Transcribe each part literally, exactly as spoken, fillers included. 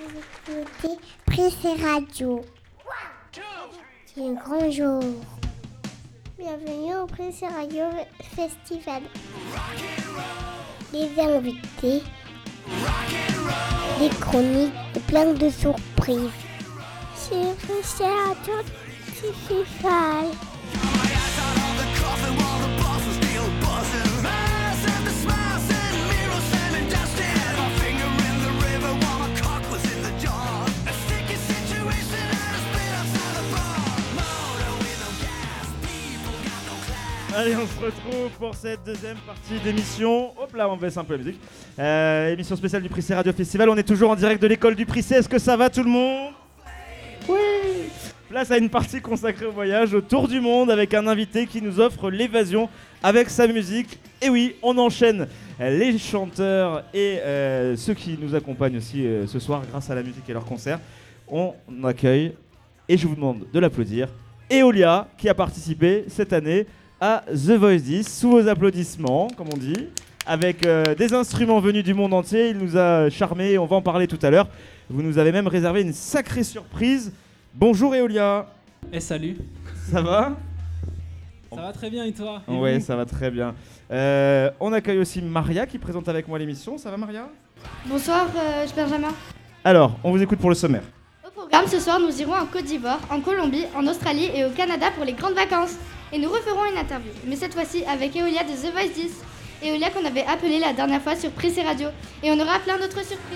Vous écoutez Prissé Radio. C'est un grand jour. Bienvenue au Prissé Radio Festival. Les invités, les chroniques et plein de surprises. C'est le Prissé Radio Festival. Allez, on se retrouve pour cette deuxième partie d'émission. Hop là, on baisse un peu la musique. Euh, émission spéciale du Prissé Radio Festival. On est toujours en direct de l'école du Prissé. Est-ce que ça va tout le monde ? Oui. Place à une partie consacrée au voyage autour du monde avec un invité qui nous offre l'évasion avec sa musique. Et oui, on enchaîne les chanteurs et euh, ceux qui nous accompagnent aussi euh, ce soir grâce à la musique et leurs concerts. On accueille, et je vous demande de l'applaudir, Eolia qui a participé cette année à The Voice dix, sous vos applaudissements, comme on dit, avec euh, des instruments venus du monde entier. Il nous a charmés, on va en parler tout à l'heure. Vous nous avez même réservé une sacrée surprise. Bonjour Eolia. Et salut. Ça va ? Ça va très bien et toi ? Et Oui, vous ? ça va très bien. Euh, on accueille aussi Maria qui présente avec moi l'émission. Ça va Maria ? Bonsoir, euh, je suis Benjamin. Alors, on vous écoute pour le sommaire. Au programme ce soir, nous irons en Côte d'Ivoire, en Colombie, en Australie et au Canada pour les grandes vacances. Et nous referons une interview, mais cette fois-ci avec Eolia de The Voice dix. Eolia qu'on avait appelée la dernière fois sur Prissé Radio. Et on aura plein d'autres surprises.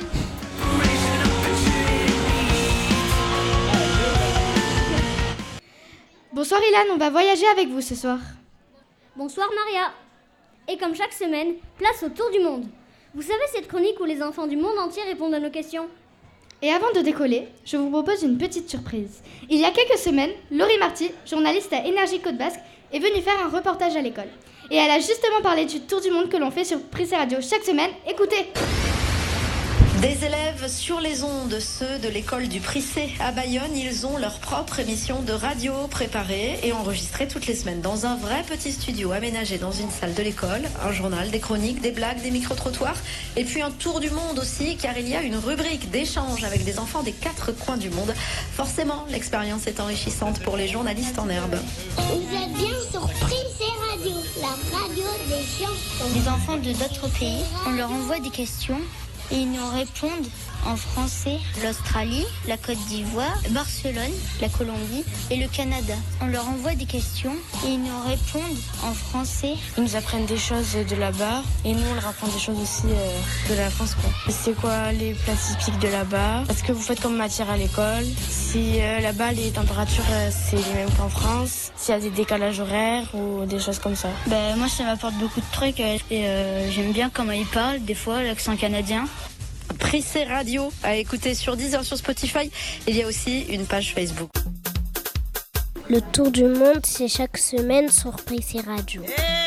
Bonsoir Ilan, on va voyager avec vous ce soir. Bonsoir Maria. Et comme chaque semaine, place au tour du monde. Vous savez cette chronique où les enfants du monde entier répondent à nos questions ? Et avant de décoller, je vous propose une petite surprise. Il y a quelques semaines, Laurie Marty, journaliste à Énergie Côte Basque, est venue faire un reportage à l'école. Et elle a justement parlé du tour du monde que l'on fait sur Prissé Radio chaque semaine. Écoutez! Des élèves sur les ondes, ceux de l'école du Prissé à Bayonne, ils ont leur propre émission de radio préparée et enregistrée toutes les semaines dans un vrai petit studio aménagé dans une salle de l'école, un journal, des chroniques, des blagues, des micro-trottoirs et puis un tour du monde aussi car il y a une rubrique d'échange avec des enfants des quatre coins du monde. Forcément, l'expérience est enrichissante pour les journalistes en herbe. Vous êtes bien sur Prissé Radio, la radio des chansons. Les enfants de d'autres pays, on leur envoie des questions. Et ils nous répondent en français, l'Australie, la Côte d'Ivoire, Barcelone, la Colombie et le Canada. On leur envoie des questions et ils nous répondent en français. Ils nous apprennent des choses de là-bas et nous on leur apprend des choses aussi euh, de la France, quoi. C'est quoi les plats typiques de là-bas ? Est-ce que vous faites comme matière à l'école ? Si euh, là-bas les températures euh, c'est les mêmes qu'en France ? S'il y a des décalages horaires ou des choses comme ça ? Ben, moi ça m'apporte beaucoup de trucs et euh, j'aime bien comment ils parlent, des fois l'accent canadien. Prissé Radio à écouter sur Deezer, sur Spotify. Il y a aussi une page Facebook. Le tour du monde, c'est chaque semaine sur Prissé Radio.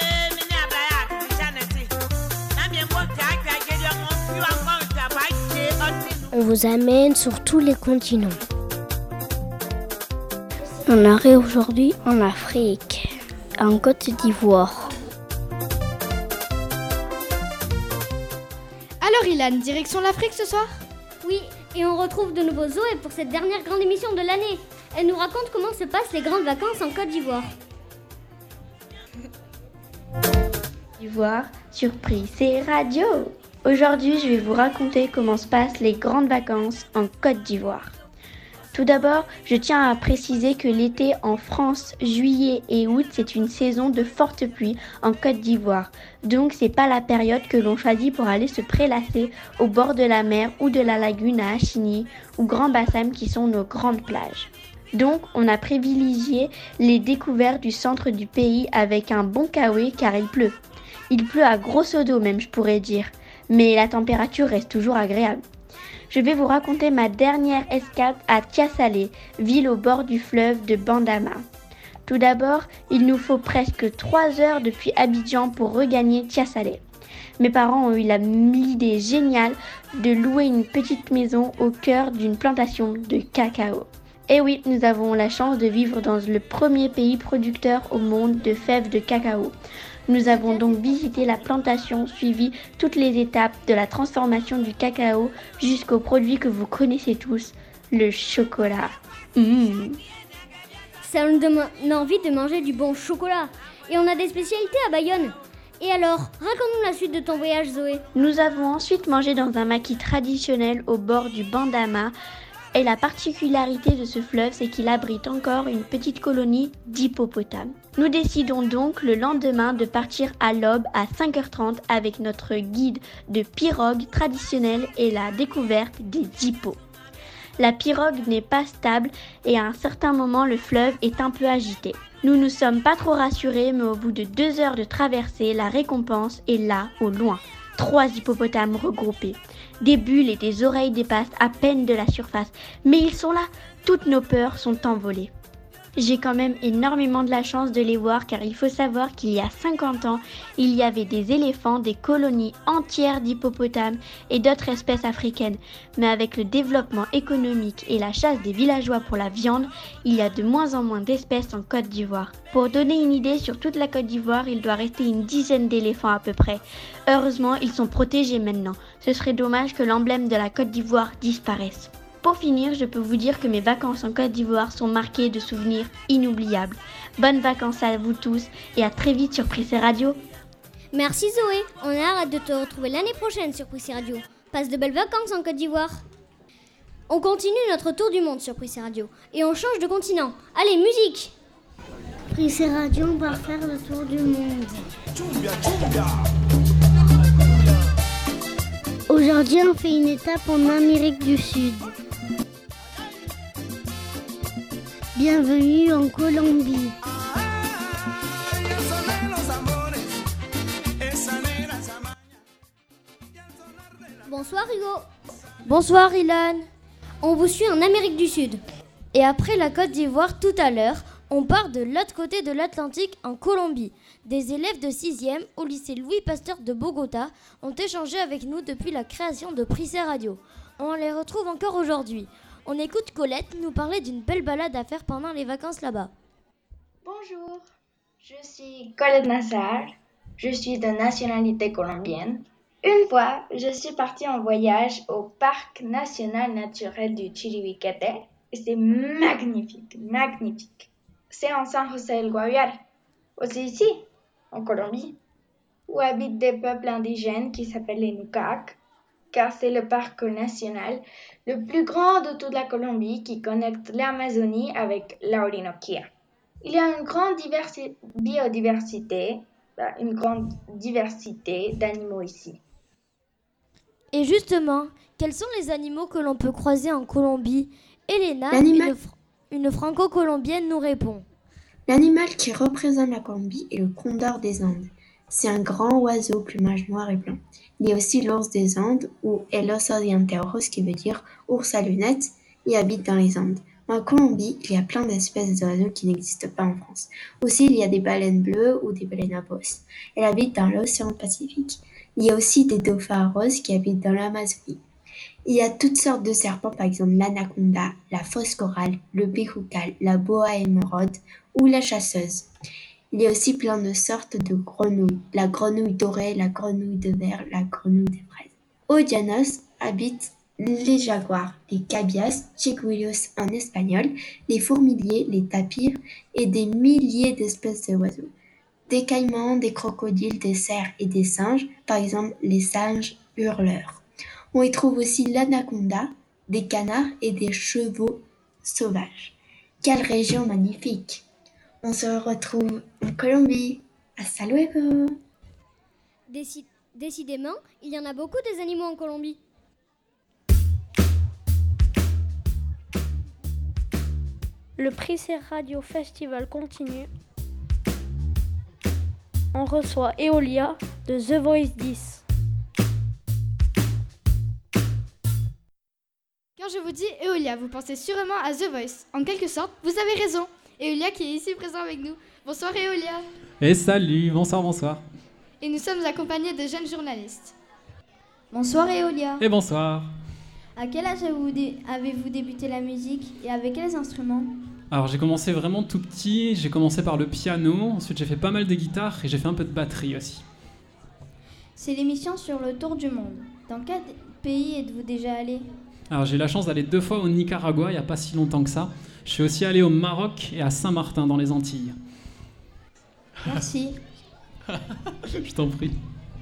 On vous amène sur tous les continents. On arrive aujourd'hui en Afrique, en Côte d'Ivoire. Alors Ilan, direction l'Afrique ce soir ? Oui, et on retrouve de nouveau Zoé pour cette dernière grande émission de l'année. Elle nous raconte comment se passent les grandes vacances en Côte d'Ivoire. D'Ivoire sur Prissé Radio. Aujourd'hui, je vais vous raconter comment se passent les grandes vacances en Côte d'Ivoire. Tout d'abord, je tiens à préciser que l'été en France, juillet et août, c'est une saison de fortes pluies en Côte d'Ivoire. Donc, c'est pas la période que l'on choisit pour aller se prélasser au bord de la mer ou de la lagune à Achigny ou Grand Bassam qui sont nos grandes plages. Donc, on a privilégié les découvertes du centre du pays avec un bon kawaii car il pleut. Il pleut à grosso modo même, je pourrais dire, mais la température reste toujours agréable. Je vais vous raconter ma dernière escale à Tiasalé, ville au bord du fleuve de Bandama. Tout d'abord, il nous faut presque trois heures depuis Abidjan pour regagner Tiasalé. Mes parents ont eu la l'idée géniale de louer une petite maison au cœur d'une plantation de cacao. Et oui, nous avons la chance de vivre dans le premier pays producteur au monde de fèves de cacao. Nous avons donc visité la plantation, suivi toutes les étapes de la transformation du cacao jusqu'au produit que vous connaissez tous, le chocolat. Mmh. Ça nous donne envie de manger du bon chocolat. Et on a des spécialités à Bayonne. Et alors, raconte-nous la suite de ton voyage, Zoé. Nous avons ensuite mangé dans un maquis traditionnel au bord du Bandama. Et la particularité de ce fleuve, c'est qu'il abrite encore une petite colonie d'hippopotames. Nous décidons donc le lendemain de partir à l'aube à cinq heures trente avec notre guide de pirogue traditionnelle et la découverte des hippos. La pirogue n'est pas stable et à un certain moment le fleuve est un peu agité. Nous ne sommes pas trop rassurés, mais au bout de deux heures de traversée, la récompense est là, au loin. Trois hippopotames regroupés. Des bulles et des oreilles dépassent à peine de la surface, mais ils sont là. Toutes nos peurs sont envolées. J'ai quand même énormément de la chance de les voir car il faut savoir qu'il y a cinquante ans, il y avait des éléphants, des colonies entières d'hippopotames et d'autres espèces africaines. Mais avec le développement économique et la chasse des villageois pour la viande, il y a de moins en moins d'espèces en Côte d'Ivoire. Pour donner une idée, sur toute la Côte d'Ivoire, il doit rester une dizaine d'éléphants à peu près. Heureusement, ils sont protégés maintenant. Ce serait dommage que l'emblème de la Côte d'Ivoire disparaisse. Pour finir, je peux vous dire que mes vacances en Côte d'Ivoire sont marquées de souvenirs inoubliables. Bonnes vacances à vous tous et à très vite sur Prissé Radio. Merci Zoé, on a hâte de te retrouver l'année prochaine sur Prissé Radio. Passe de belles vacances en Côte d'Ivoire. On continue notre tour du monde sur Prissé Radio et on change de continent. Allez, musique! Prissé Radio, on va faire le tour du monde. Aujourd'hui, on fait une étape en Amérique du Sud. Bienvenue en Colombie. Bonsoir Hugo. Bonsoir Ilan. On vous suit en Amérique du Sud. Et après la Côte d'Ivoire tout à l'heure, on part de l'autre côté de l'Atlantique en Colombie. Des élèves de sixième au lycée Louis Pasteur de Bogota ont échangé avec nous depuis la création de Prissé Radio. On les retrouve encore aujourd'hui. On écoute Colette nous parler d'une belle balade à faire pendant les vacances là-bas. Bonjour, je suis Colette Nassar, je suis de nationalité colombienne. Une fois, je suis partie en voyage au Parc national naturel du Chiribiquete et c'est magnifique, magnifique. C'est en San José del Guaviare, aussi ici, en Colombie, où habitent des peuples indigènes qui s'appellent les Nucac, car c'est le parc national le plus grand de toute la Colombie qui connecte l'Amazonie avec l'Orinoquia. Il y a une grande diversi- biodiversité, une grande diversité d'animaux ici. Et justement, quels sont les animaux que l'on peut croiser en Colombie? Elena, L'animal... une, fr- une franco-colombienne, nous répond. L'animal qui représente la Colombie est le condor des Andes. C'est un grand oiseau plumage noir et blanc. Il y a aussi l'ours des Andes, ou El oso dianteojos, qui veut dire ours à lunettes, et habite dans les Andes. En Colombie, il y a plein d'espèces d'oiseaux qui n'existent pas en France. Aussi, il y a des baleines bleues ou des baleines à bosse. Elles habitent dans l'océan Pacifique. Il y a aussi des dauphins roses qui habitent dans l'Amazonie. Il y a toutes sortes de serpents, par exemple l'anaconda, la fausse corale, le béroucal, la boa émeraude ou la chasseuse. Il y a aussi plein de sortes de grenouilles, la grenouille dorée, la grenouille de verre, la grenouille des fraises. Au Llanos habitent les jaguars, les cabias, chigüiros en espagnol, les fourmiliers, les tapirs et des milliers d'espèces d'oiseaux. Des caïmans, des crocodiles, des cerfs et des singes, par exemple les singes hurleurs. On y trouve aussi l'anaconda, des canards et des chevaux sauvages. Quelle région magnifique! On se retrouve en Colombie. Hasta luego! Déci- décidément, il y en a beaucoup des animaux en Colombie. Le Prissé Radio Festival continue. On reçoit Eolia de The Voice dix. Quand je vous dis Eolia, vous pensez sûrement à The Voice. En quelque sorte, vous avez raison. Eolia qui est ici présent avec nous. Bonsoir Eolia. Et salut, bonsoir, bonsoir. Et nous sommes accompagnés de jeunes journalistes. Bonsoir Eolia. Et bonsoir. À quel âge avez-vous, dé- avez-vous débuté la musique et avec quels instruments? Alors j'ai commencé vraiment tout petit, j'ai commencé par le piano, ensuite j'ai fait pas mal de guitare et j'ai fait un peu de batterie aussi. C'est l'émission sur le tour du monde. Dans quel pays êtes-vous déjà allé? Alors j'ai eu la chance d'aller deux fois au Nicaragua, il n'y a pas si longtemps que ça. Je suis aussi allé au Maroc et à Saint-Martin dans les Antilles. Merci. Je t'en prie.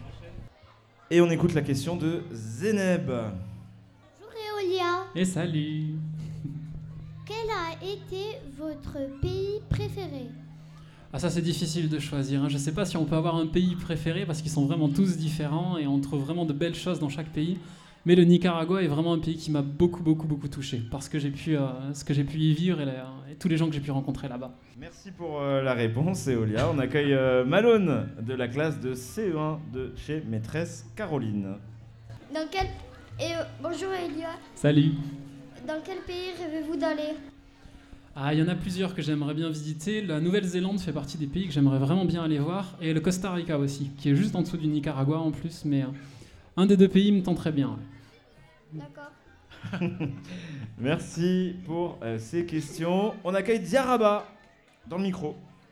Et on écoute la question de Zéneb. Bonjour Eolia. Et salut. Quel a été votre pays préféré? Ah ça c'est difficile de choisir, hein. Je sais pas si on peut avoir un pays préféré parce qu'ils sont vraiment tous différents et on trouve vraiment de belles choses dans chaque pays. Mais le Nicaragua est vraiment un pays qui m'a beaucoup beaucoup beaucoup touché parce que j'ai pu, euh, ce que j'ai pu y vivre et, la, et tous les gens que j'ai pu rencontrer là-bas. Merci pour euh, la réponse Eolia. On accueille euh, Malone de la classe de C E un de chez maîtresse Caroline. Dans quel... Et, euh, bonjour Elia. Salut. Dans quel pays rêvez-vous d'aller? Ah, il y en a plusieurs que j'aimerais bien visiter. La Nouvelle-Zélande fait partie des pays que j'aimerais vraiment bien aller voir. Et le Costa Rica aussi, qui est juste en dessous du Nicaragua en plus. Mais euh, un des deux pays me tenterait bien. D'accord. Merci pour euh, ces questions. On accueille Diaraba dans le micro.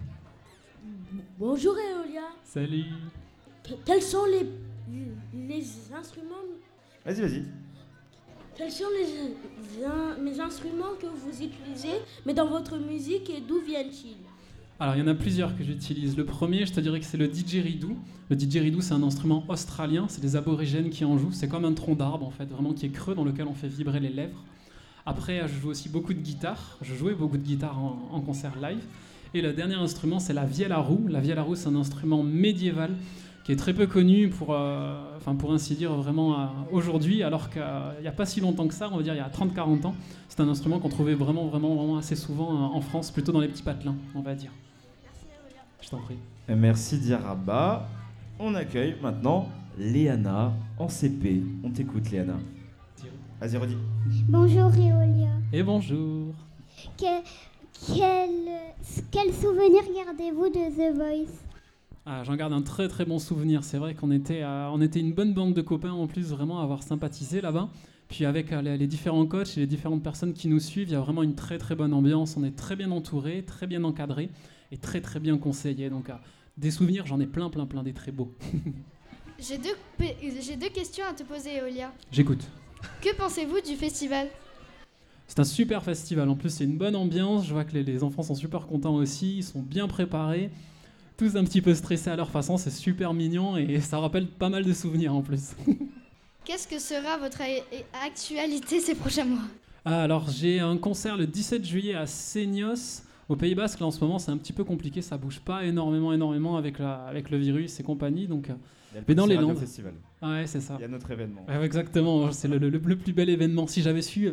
Bonjour Eolia. Salut. Que- quels sont les, les instruments Vas-y, vas-y. Quels sont les, in- mes instruments que vous utilisez, mais dans votre musique, et d'où viennent-ils? Alors, il y en a plusieurs que j'utilise. Le premier, je te dirais que c'est le didgeridoo. Le didgeridoo, c'est un instrument australien. C'est des aborigènes qui en jouent. C'est comme un tronc d'arbre, en fait, vraiment qui est creux, dans lequel on fait vibrer les lèvres. Après, je joue aussi beaucoup de guitare. Je jouais beaucoup de guitare en, en concert live. Et le dernier instrument, c'est la vielle à roue. La vielle à roue, c'est un instrument médiéval qui est très peu connu pour, euh, enfin pour ainsi dire, vraiment euh, aujourd'hui, alors qu'il n'y a pas si longtemps que ça, on va dire il y a trente à quarante ans. C'est un instrument qu'on trouvait vraiment, vraiment, vraiment assez souvent euh, en France, plutôt dans les petits patelins, on va dire. Je t'en prie. Et merci Diaraba. On accueille maintenant Léana en C P. On t'écoute Léana. Vas-y, redis. Bonjour Eolia. Et bonjour. Que- quel, quel souvenir gardez-vous de The Voice? Ah, j'en garde un très très bon souvenir. C'est vrai qu'on était, euh, on était une bonne bande de copains en plus, vraiment à avoir sympathisé là-bas. Puis avec euh, les, les différents coachs et les différentes personnes qui nous suivent, il y a vraiment une très très bonne ambiance. On est très bien entourés, très bien encadrés et très très bien conseillés. Donc euh, des souvenirs, j'en ai plein plein plein, des très beaux. J'ai deux, pe- j'ai deux questions à te poser, Eolia. J'écoute. Que pensez-vous du festival? C'est un super festival. En plus, c'est une bonne ambiance. Je vois que les, les enfants sont super contents aussi. Ils sont bien préparés. Tous un petit peu stressés à leur façon. C'est super mignon et ça rappelle pas mal de souvenirs en plus. Qu'est-ce que sera votre a- actualité ces prochains mois? Ah, alors, j'ai un concert le dix-sept juillet à Seignos, au Pays Basque. Là, en ce moment, c'est un petit peu compliqué. Ça bouge pas énormément, énormément avec, la, avec le virus et compagnie. Donc, euh, Il y a le mais dans les Radio Landes. Festival. Ah ouais, c'est ça. Il y a notre événement. Ouais, exactement. C'est le, le- le plus bel événement. Si j'avais su.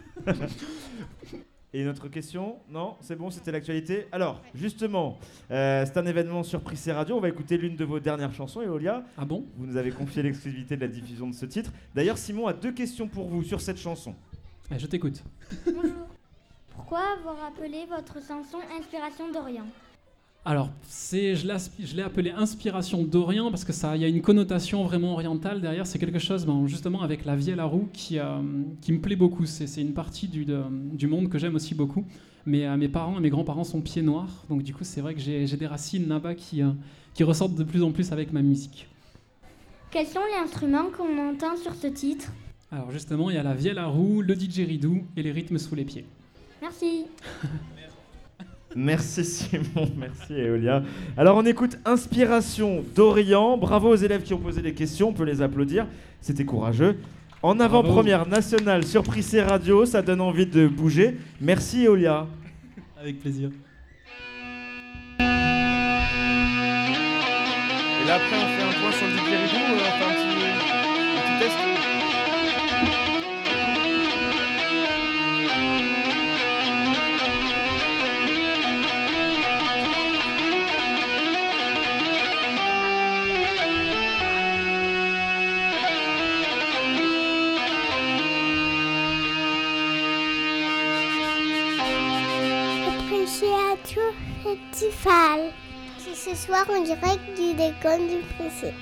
Et une autre question? Non, c'est bon, c'était l'actualité. Alors, justement, euh, c'est un événement sur Prissé Radio. On va écouter l'une de vos dernières chansons, Eolia. Ah bon? Vous nous avez confié l'exclusivité de la diffusion de ce titre. D'ailleurs, Simon a deux questions pour vous sur cette chanson. Ouais, je t'écoute. Bonjour. Pourquoi avoir appelé votre chanson Inspiration d'Orient? Alors, c'est, je, l'ai, je l'ai appelé Inspiration d'Orient parce que ça, il y a une connotation vraiment orientale derrière. C'est quelque chose, ben, justement, avec la vielle à roue qui, euh, qui me plaît beaucoup. C'est, c'est une partie du, de, du monde que j'aime aussi beaucoup. Mais euh, mes parents et mes grands-parents sont pieds noirs, donc du coup, c'est vrai que j'ai, j'ai des racines là-bas qui, euh, qui ressortent de plus en plus avec ma musique. Quels sont les instruments qu'on entend sur ce titre? Alors justement, il y a la vielle à roue, le didgeridoo et les rythmes sous les pieds. Merci. Merci Simon, merci Eolia. Alors on écoute Inspiration d'Orient. Bravo aux élèves qui ont posé des questions, on peut les applaudir, c'était courageux. En avant-première nationale sur Prissé Radio, ça donne envie de bouger. Merci Eolia. Avec plaisir. Et là après on fait un point sur le didgeridoo, on fait un petit, un petit test. Prissé Radio Festival. C'est ce soir en direct du décolle du Prissé.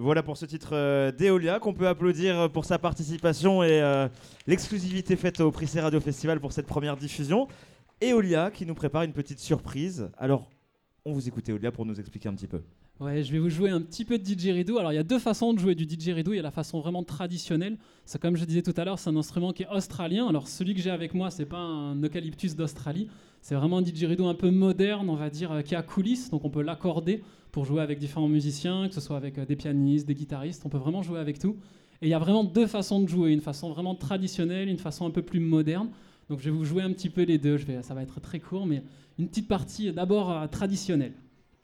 Voilà pour ce titre euh, d'Eolia qu'on peut applaudir pour sa participation et euh, l'exclusivité faite au Prissé Radio Festival pour cette première diffusion. Eolia qui nous prépare une petite surprise. Alors, on vous écoute Eolia pour nous expliquer un petit peu. Ouais, je vais vous jouer un petit peu de didgeridoo. Alors, il y a deux façons de jouer du didgeridoo. Il y a la façon vraiment traditionnelle. C'est comme je disais tout à l'heure, c'est un instrument qui est australien. Alors, celui que j'ai avec moi, c'est pas un eucalyptus d'Australie. C'est vraiment un didgeridoo un peu moderne, on va dire, qui a coulisses. Donc, on peut l'accorder pour jouer avec différents musiciens, que ce soit avec des pianistes, des guitaristes. On peut vraiment jouer avec tout. Et il y a vraiment deux façons de jouer. Une façon vraiment traditionnelle, une façon un peu plus moderne. Donc, je vais vous jouer un petit peu les deux. Je vais, ça va être très court, mais une petite partie d'abord euh, traditionnelle.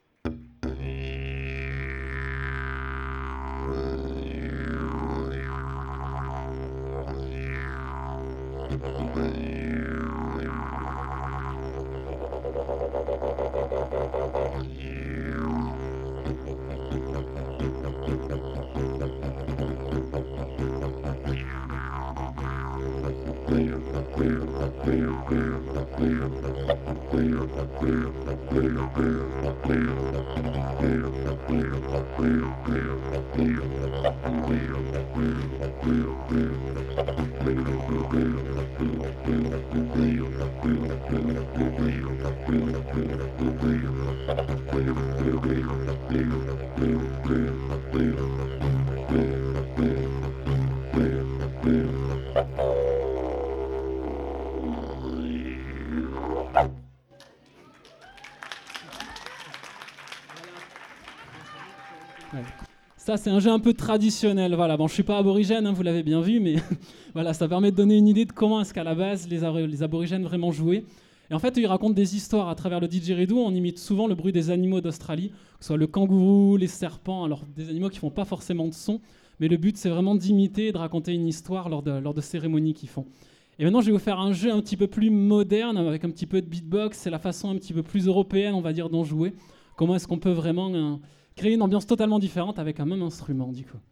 Ouais. Ça, c'est un jeu un peu traditionnel. Voilà. Bon, je ne suis pas aborigène, hein, vous l'avez bien vu, mais voilà, ça permet de donner une idée de comment est-ce qu'à la base, les, ar- les aborigènes vraiment jouaient. Et en fait, ils racontent des histoires à travers le didgeridoo. On imite souvent le bruit des animaux d'Australie, que ce soit le kangourou, les serpents, alors des animaux qui ne font pas forcément de son, mais le but, c'est vraiment d'imiter et de raconter une histoire lors de, lors de cérémonies qu'ils font. Et maintenant, je vais vous faire un jeu un petit peu plus moderne, avec un petit peu de beatbox. C'est la façon un petit peu plus européenne, on va dire, d'en jouer. Comment est-ce qu'on peut vraiment euh, créer une ambiance totalement différente avec un même instrument, du coup.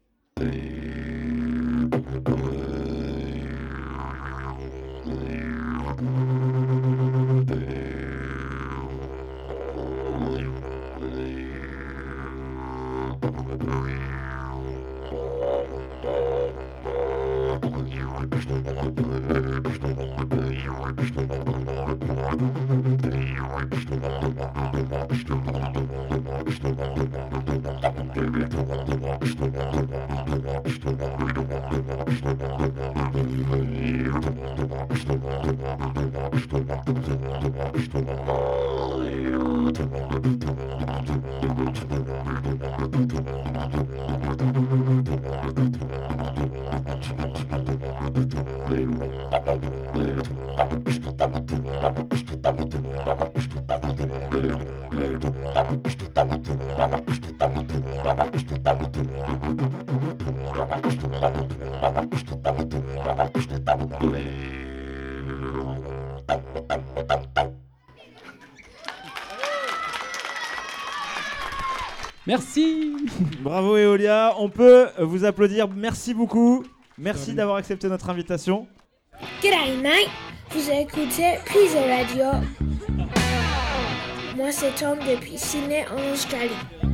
Merci. Bravo Eolia, on peut vous applaudir, merci beaucoup. Merci Salut. D'avoir accepté notre invitation. G'day mate, vous écoutez Prissé Radio. Moi c'est Tom depuis Sydney en Australie.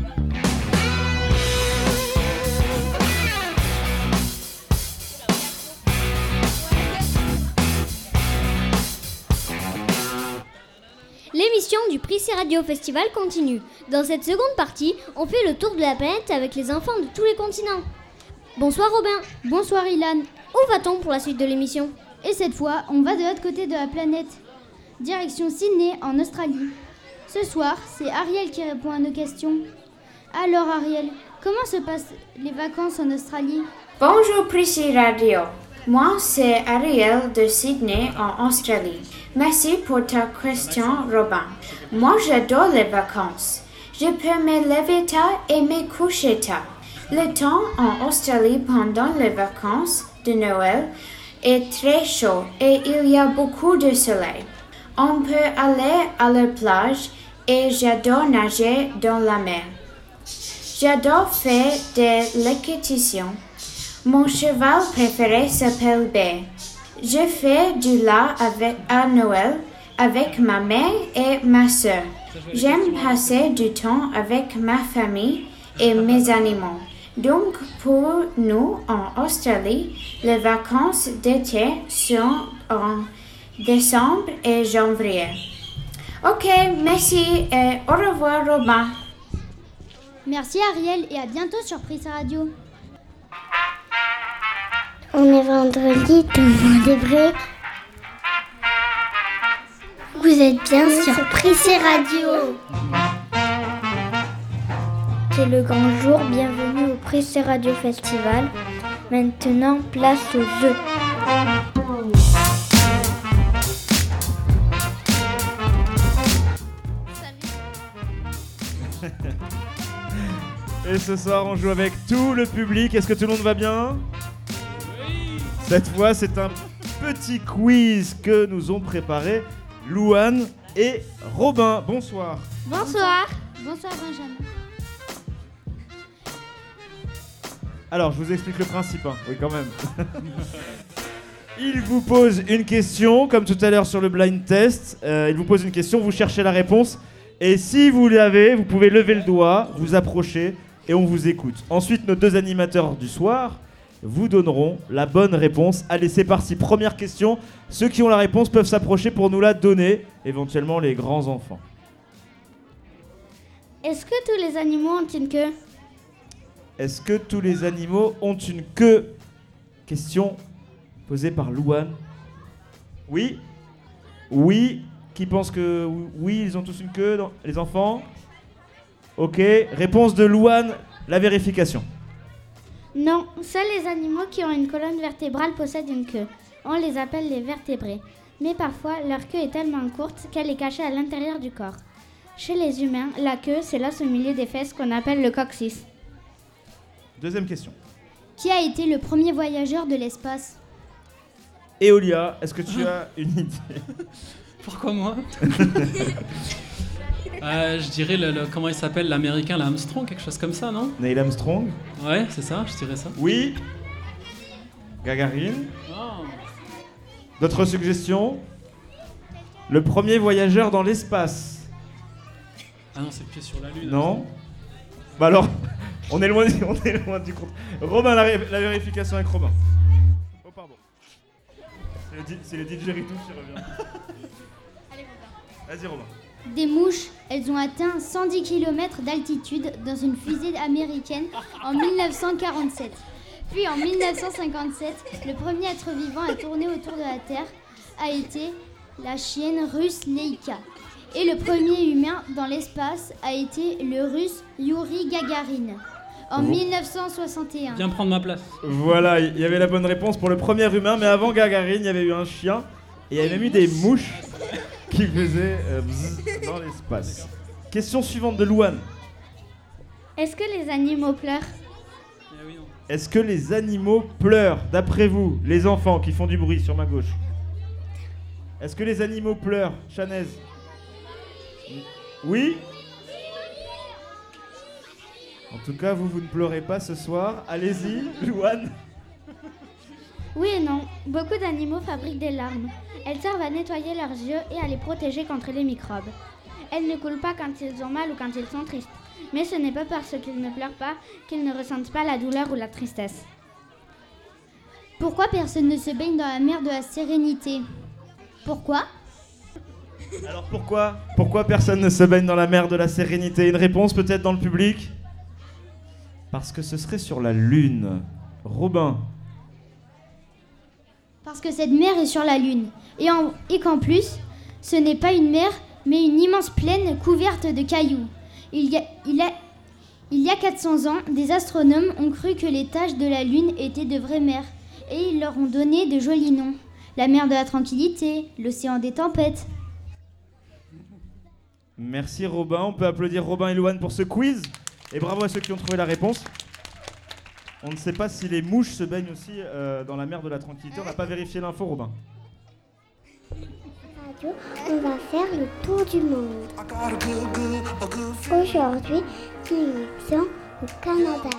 L'émission du Prissé Radio Festival continue. Dans cette seconde partie, on fait le tour de la planète avec les enfants de tous les continents. Bonsoir Robin. Bonsoir Ilan. Où va-t-on pour la suite de l'émission ? Et cette fois, on va de l'autre côté de la planète. Direction Sydney en Australie. Ce soir, c'est Ariel qui répond à nos questions. Alors Ariel, comment se passent les vacances en Australie ? Bonjour Prissé Radio. Moi, c'est Ariel de Sydney en Australie. Merci pour ta question, Robin. Moi, j'adore les vacances. Je peux me lever tard et me coucher tard. Le temps en Australie pendant les vacances de Noël est très chaud et il y a beaucoup de soleil. On peut aller à la plage et j'adore nager dans la mer. J'adore faire de l'équitation. Mon cheval préféré s'appelle Bay. Je fais du lait avec, à Noël avec ma mère et ma sœur. J'aime passer du temps avec ma famille et mes animaux. Donc, pour nous, en Australie, les vacances d'été sont en décembre et janvier. Ok, merci et au revoir, Robin. Merci Ariel et à bientôt sur Prise Radio. On est vendredi, tout le monde est prêt. Vous êtes bien sur Prise Radio. C'est le grand jour, bienvenue au Prise Radio Festival. Maintenant, place aux jeux. Et ce soir, on joue avec tout le public. Est-ce que tout le monde va bien ? Oui. Cette fois, c'est un petit quiz que nous ont préparé Louane et Robin. Bonsoir. Bonsoir. Bonsoir Benjamin. Alors, je vous explique le principe, hein. Oui, quand même. Il vous pose une question, comme tout à l'heure sur le blind test. Euh, il vous pose une question, vous cherchez la réponse. Et si vous l'avez, vous pouvez lever le doigt, vous approcher et on vous écoute. Ensuite, nos deux animateurs du soir vous donneront la bonne réponse. Allez, c'est parti. Première question. Ceux qui ont la réponse peuvent s'approcher pour nous la donner, éventuellement les grands enfants. Est-ce que tous les animaux ont une queue ? Est-ce que tous les animaux ont une queue ? Question posée par Louane. Oui ? Oui ? Qui pense que oui, ils ont tous une queue, dans... les enfants ? Ok. Réponse de Louane, la vérification. Non, seuls les animaux qui ont une colonne vertébrale possèdent une queue. On les appelle les vertébrés. Mais parfois, leur queue est tellement courte qu'elle est cachée à l'intérieur du corps. Chez les humains, la queue, c'est l'os au milieu des fesses qu'on appelle le coccyx. Deuxième question. Qui a été le premier voyageur de l'espace ? Eolia, est-ce que tu as une idée ? Pourquoi moi? euh, Je dirais, le, le, comment il s'appelle, l'américain, l'Armstrong, quelque chose comme ça, non? Neil Armstrong? Ouais, c'est ça, je dirais ça. Oui. Gagarine? Oh. D'autres suggestions? Le premier voyageur dans l'espace. Ah non, c'est le pied sur la Lune. Non? Bah alors, on est loin, on est loin du compte. Robin, la, ré- la vérification avec Robin. Oh, pardon. C'est le, di- c'est le D J Ritou qui revient. Vas-y, Robin. Des mouches, elles ont atteint cent dix kilomètres d'altitude dans une fusée américaine en mille neuf cent quarante-sept. Puis en mille neuf cent cinquante-sept, le premier être vivant à tourner autour de la Terre a été la chienne russe Leïka. Et le premier humain dans l'espace a été le russe Youri Gagarin en Vous... mille neuf cent soixante et un. Viens prendre ma place. Voilà, il y avait la bonne réponse pour le premier humain, mais avant Gagarine, il y avait eu un chien et il y avait même eu des mouches qui faisaient euh, bzzz dans l'espace. Question suivante de Louane. Est-ce que les animaux pleurent? Est-ce que les animaux pleurent, d'après vous, les enfants qui font du bruit sur ma gauche? Est-ce que les animaux pleurent, Chanez? Oui? En tout cas, vous, vous ne pleurez pas ce soir. Allez-y, Louane. Oui et non. Beaucoup d'animaux fabriquent des larmes. Elles servent à nettoyer leurs yeux et à les protéger contre les microbes. Elles ne coulent pas quand ils ont mal ou quand ils sont tristes. Mais ce n'est pas parce qu'ils ne pleurent pas qu'ils ne ressentent pas la douleur ou la tristesse. Pourquoi personne ne se baigne dans la mer de la sérénité? Pourquoi? Alors pourquoi Pourquoi personne ne se baigne dans la mer de la sérénité? Une réponse peut-être dans le public? Parce que ce serait sur la Lune. Robin. Parce que cette mer est sur la Lune. Et, en, et qu'en plus, ce n'est pas une mer, mais une immense plaine couverte de cailloux. Il y a, il a, il y a quatre cents ans, des astronomes ont cru que les taches de la Lune étaient de vraies mers. Et ils leur ont donné de jolis noms. La mer de la tranquillité, l'océan des tempêtes. Merci Robin. On peut applaudir Robin et Louane pour ce quiz. Et bravo à ceux qui ont trouvé la réponse. On ne sait pas si les mouches se baignent aussi euh, dans la mer de la tranquillité. On n'a pas vérifié l'info, Robin. Radio, on va faire le tour du monde. Aujourd'hui, direction au Canada.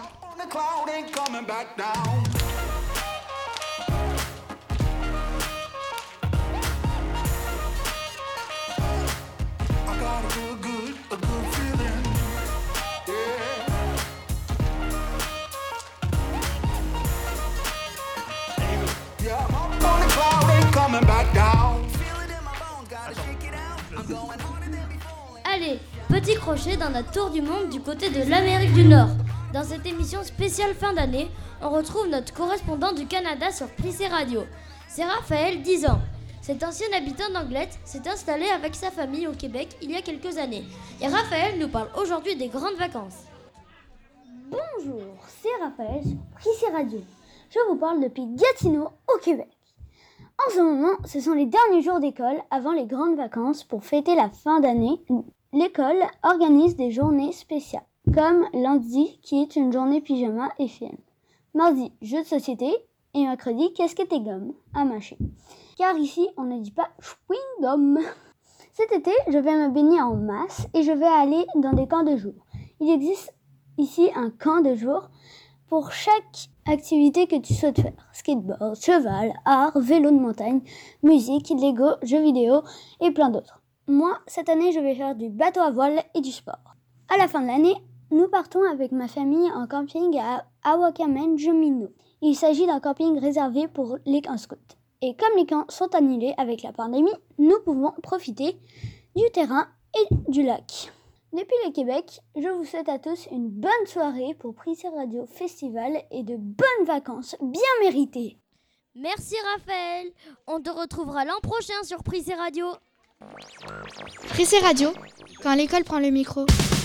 Allez, petit crochet dans notre tour du monde du côté de l'Amérique du Nord. Dans cette émission spéciale fin d'année, on retrouve notre correspondant du Canada sur Prissé Radio. C'est Raphaël, dix ans. Cet ancien habitant d'Anglet s'est installé avec sa famille au Québec il y a quelques années. Et Raphaël nous parle aujourd'hui des grandes vacances. Bonjour, c'est Raphaël sur Prissé Radio. Je vous parle depuis Gatineau au Québec. En ce moment, ce sont les derniers jours d'école avant les grandes vacances. Pour fêter la fin d'année, l'école organise des journées spéciales, comme lundi qui est une journée pyjama et film, mardi jeux de société et mercredi casquette et gomme à mâcher. Car ici, on ne dit pas chewing-gum. Cet été, je vais me baigner en masse et je vais aller dans des camps de jour. Il existe ici un camp de jour pour chaque activité que tu souhaites faire. Skateboard, cheval, art, vélo de montagne, musique, Lego, jeux vidéo et plein d'autres. Moi, cette année, je vais faire du bateau à voile et du sport. À la fin de l'année, nous partons avec ma famille en camping à Awakamen-Jomino. Il s'agit d'un camping réservé pour les camps scouts. Et comme les camps sont annulés avec la pandémie, nous pouvons profiter du terrain et du lac. Depuis le Québec, je vous souhaite à tous une bonne soirée pour Prissé Radio Festival et de bonnes vacances bien méritées. Merci Raphaël. On te retrouvera l'an prochain sur Prissé Radio. Prissé Radio, quand l'école prend le micro.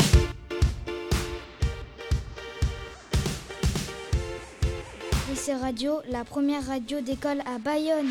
Prissé Radio, la première radio d'école à Bayonne.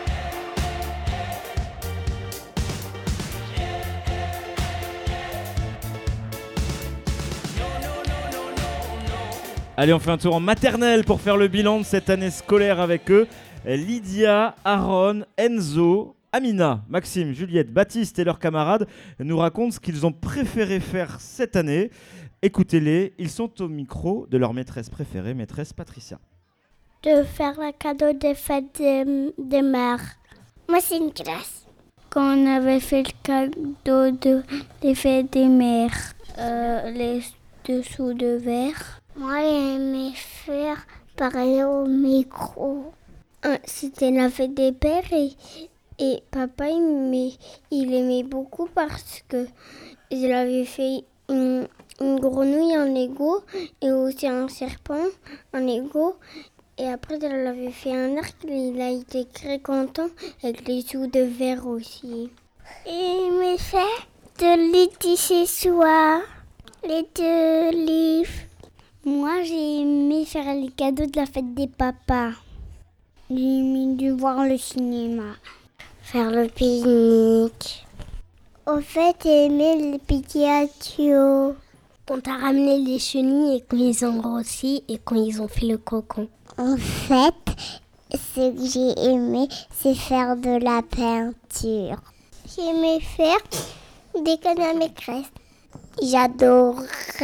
Allez, on fait un tour en maternelle pour faire le bilan de cette année scolaire avec eux. Lydia, Aaron, Enzo, Amina, Maxime, Juliette, Baptiste et leurs camarades nous racontent ce qu'ils ont préféré faire cette année. Écoutez-les, ils sont au micro de leur maîtresse préférée, maîtresse Patricia. De faire le cadeau des fêtes des, des mères. Moi, c'est une classe. Quand on avait fait le cadeau de, des fêtes des mères, euh, les dessous de verre. Moi, j'aimais faire pareil au micro. Euh, c'était la fête des pères et, et papa, il aimait, il aimait beaucoup parce que il avait fait une, une grenouille en Lego et aussi un serpent en Lego. Et après, elle avait fait un arc, il a été très content avec les sous de verre aussi. Il me fait de l'éticher soie, les deux livres. Moi, j'ai aimé faire les cadeaux de la fête des papas. J'ai aimé de voir le cinéma, faire le pique-nique. Au fait, j'ai aimé le piquet-à-tuyau. On t'a ramené les chenilles et quand ils ont grossi et quand ils ont fait le cocon. En fait, ce que j'ai aimé, c'est faire de la peinture. J'ai aimé faire des cannes à maîtresse. J'adorais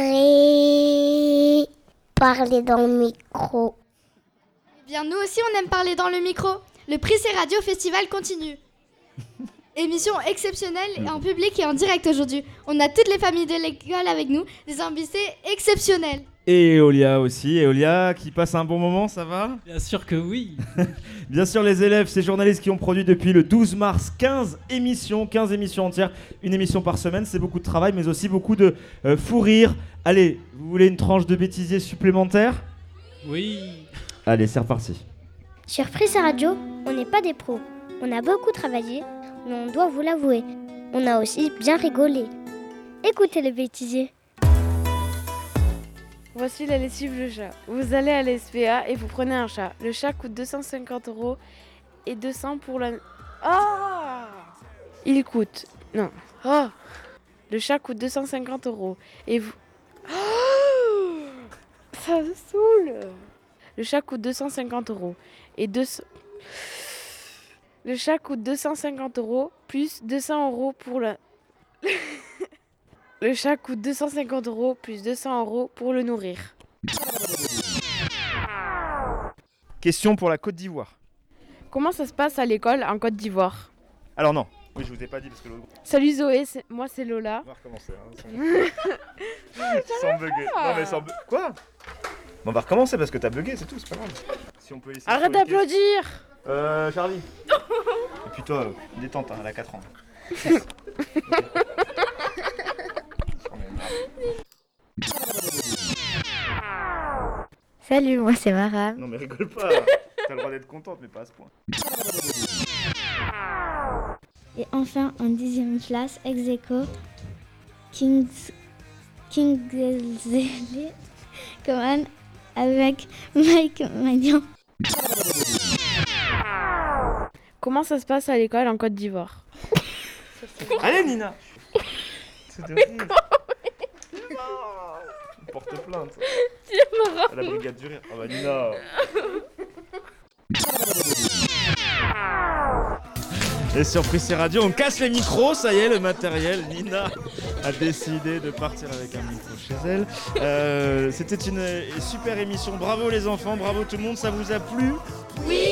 parler dans le micro. Eh bien, nous aussi, on aime parler dans le micro. Le Prissé Radio Festival continue. Émission exceptionnelle en public et en direct aujourd'hui. On a toutes les familles de l'école avec nous, des invités exceptionnels. Et Eolia aussi. Eolia qui passe un bon moment, ça va ? Bien sûr que oui. Bien sûr, les élèves, ces journalistes qui ont produit depuis le douze mars quinze émissions, quinze émissions entières, une émission par semaine, c'est beaucoup de travail, mais aussi beaucoup de euh, fou rire. Allez, vous voulez une tranche de bêtisier supplémentaire ? Oui. Allez, c'est reparti. Sur Prissé Radio, on n'est pas des pros. On a beaucoup travaillé, mais on doit vous l'avouer. On a aussi bien rigolé. Écoutez les bêtisiers. Voici la lessive le chat. Vous allez à l'S P A et vous prenez un chat. Le chat coûte deux cent cinquante euros et deux cents pour la... Ah ! Il coûte... Non. Oh ! Le chat coûte deux cent cinquante euros et vous... Oh ! Ça me saoule. Le chat coûte deux cent cinquante euros et deux cents... Le chat coûte deux cent cinquante euros plus deux cents euros pour la... Le chat coûte deux cent cinquante euros plus deux cents euros pour le nourrir. Question pour la Côte d'Ivoire. Comment ça se passe à l'école en Côte d'Ivoire ? Alors non, oui je vous ai pas dit parce que l'autre... Salut Zoé, c'est... moi c'est Lola. On va recommencer. Hein, sans... sans bugger. Non mais sans bu... Quoi ? Bon, on va recommencer parce que t'as bugué, c'est tout, c'est pas grave. Si on peut laisser Arrête d'applaudir. Euh, Charlie. Et puis toi, détente, hein, elle a quatre ans. Salut, moi c'est Mara. Non mais rigole pas, t'as le droit d'être contente mais pas à ce point. Et enfin, en dixième classe, ex aequo, Kings, Kingsley Coman avec Mike Magnan. Comment ça se passe à l'école en Côte d'Ivoire? Allez Nina. C'est horrible. On porte plainte. À la brigade du rire. Ah bah Nina. Et sur Prissé Radio, on casse les micros, ça y est, le matériel. Nina a décidé de partir avec un micro chez elle. Euh, C'était une super émission. Bravo les enfants, bravo tout le monde, ça vous a plu? Oui.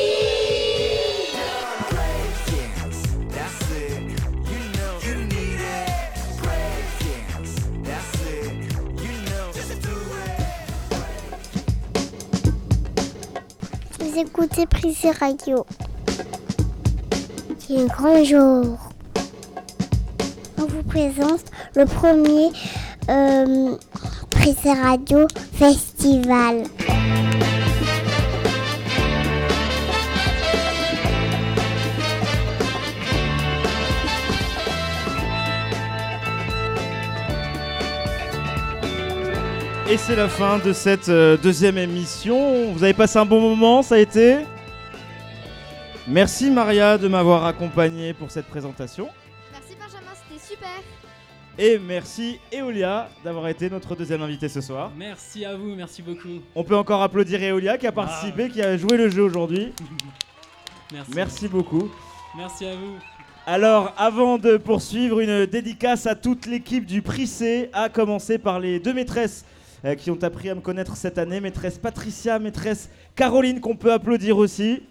Vous écoutez Prissé Radio. C'est un grand jour. On vous présente le premier euh, Prissé Radio Festival. Et c'est la fin de cette euh, deuxième émission. Vous avez passé un bon moment, ça a été? Merci Maria de m'avoir accompagné pour cette présentation. Merci Benjamin, c'était super. Et merci Eolia d'avoir été notre deuxième invitée ce soir. Merci à vous, merci beaucoup. On peut encore applaudir Eolia qui a participé, ah. qui a joué le jeu aujourd'hui. Merci. Merci beaucoup. Merci à vous. Alors, avant de poursuivre, une dédicace à toute l'équipe du Prissé, à commencer par les deux maîtresses euh, qui ont appris à me connaître cette année, maîtresse Patricia, maîtresse Caroline, qu'on peut applaudir aussi.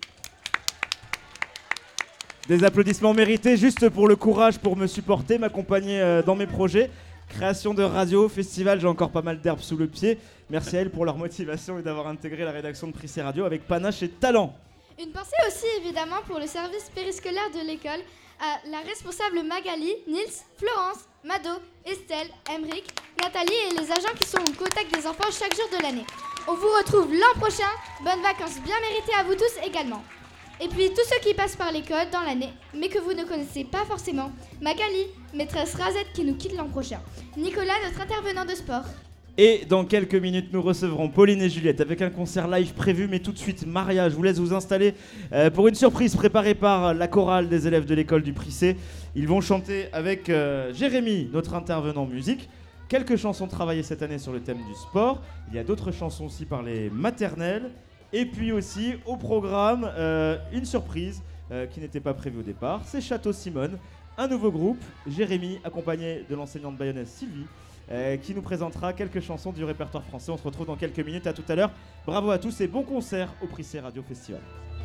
Des applaudissements mérités juste pour le courage pour me supporter, m'accompagner euh, dans mes projets. Création de radio, festival, j'ai encore pas mal d'herbes sous le pied. Merci à elles pour leur motivation et d'avoir intégré la rédaction de Prissé Radio avec panache et talent. Une pensée aussi évidemment pour le service périscolaire de l'école, à la responsable Magali, Nils, Florence, Mado, Estelle, Emeric, Nathalie et les agents qui sont au contact des enfants chaque jour de l'année. On vous retrouve l'an prochain. Bonnes vacances bien méritées à vous tous également. Et puis tous ceux qui passent par l'école dans l'année, mais que vous ne connaissez pas forcément. Magali, maîtresse Razette qui nous quitte l'an prochain. Nicolas, notre intervenant de sport. Et dans quelques minutes, nous recevrons Pauline et Juliette avec un concert live prévu, mais tout de suite, Maria, je vous laisse vous installer euh, pour une surprise préparée par la chorale des élèves de l'école du Prissé. Ils vont chanter avec euh, Jérémy, notre intervenant musique, quelques chansons travaillées cette année sur le thème du sport. Il y a d'autres chansons aussi par les maternelles. Et puis aussi, au programme, euh, une surprise euh, qui n'était pas prévue au départ. C'est Château Simone, un nouveau groupe, Jérémy, accompagné de l'enseignante bayonnaise Sylvie, Euh, qui nous présentera quelques chansons du répertoire français. On se retrouve dans quelques minutes, à tout à l'heure. Bravo à tous et bon concert au Prissé Radio Festival.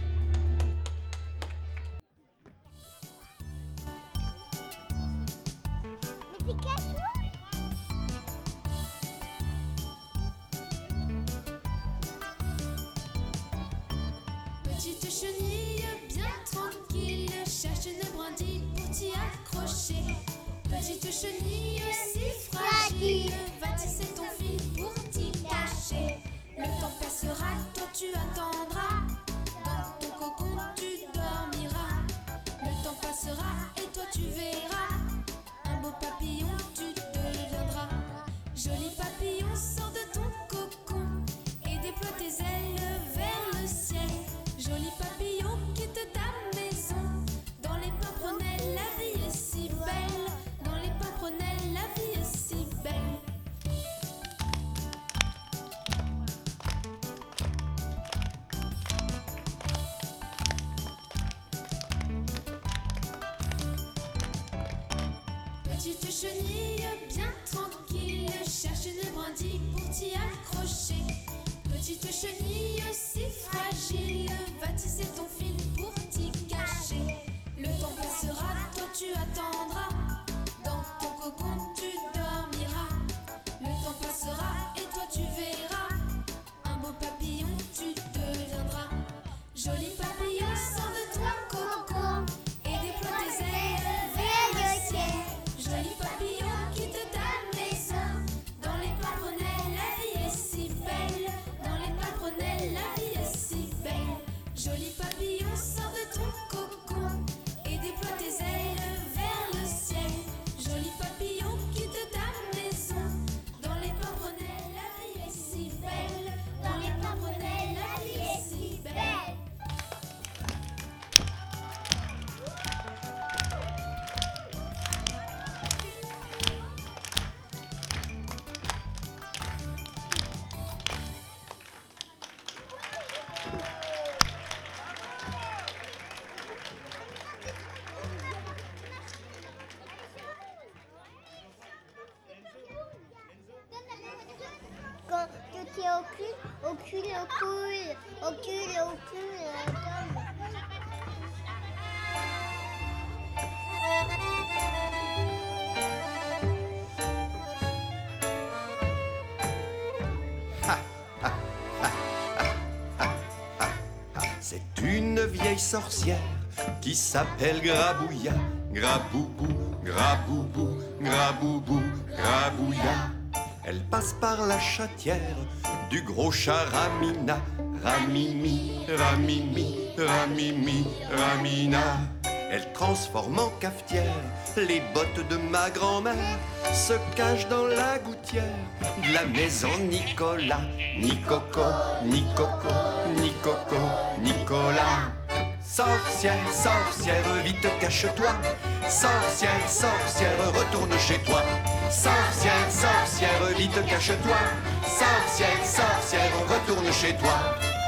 Petite chenille bien tranquille, cherche une brindille pour t'y accrocher. Petite chenille si fragile, va tisser ton fil pour t'y cacher. Le temps passera, toi tu attendras, dans ton cocon tu dormiras. Le temps passera et toi tu verras, un beau papillon tu deviendras. Joli papillon, sors de ton cocon et déploie tes ailes vers le ciel. Joli papillon, quitte ta maison, dans les pimprenelles la vie est si belle. La vie est si belle. Petite chenille bien tranquille, cherche une brindille pour t'y accrocher. Petite chenille si fragile, va tisser ton fil pour t'y cacher. Le temps passera, toi tu attendras, dans ton cocon tu dormiras. Le temps passera et toi tu verras, un beau papillon tu deviendras. Joli papillon, sors de ton cocon et pied au cul, au cul, au cul, au cul, au cul, euh, comme. C'est une vieille sorcière qui s'appelle Grabouilla. Graboubou, graboubou, graboubou, grabouilla. Elle passe par la chatière du gros chat Ramina. Ramimi, Ramimi, Ramimi, Ramina. Elle transforme en cafetière les bottes de ma grand-mère, se cache dans la gouttière de la maison Nicolas. Ni Coco, ni Coco, ni Coco, Nicolas. Sorcière, sorcière, vite cache-toi. Sorcière, sorcière, retourne chez toi. Sorcière, sorcière, vite cache-toi. Sorcière, sorcière, retourne chez toi.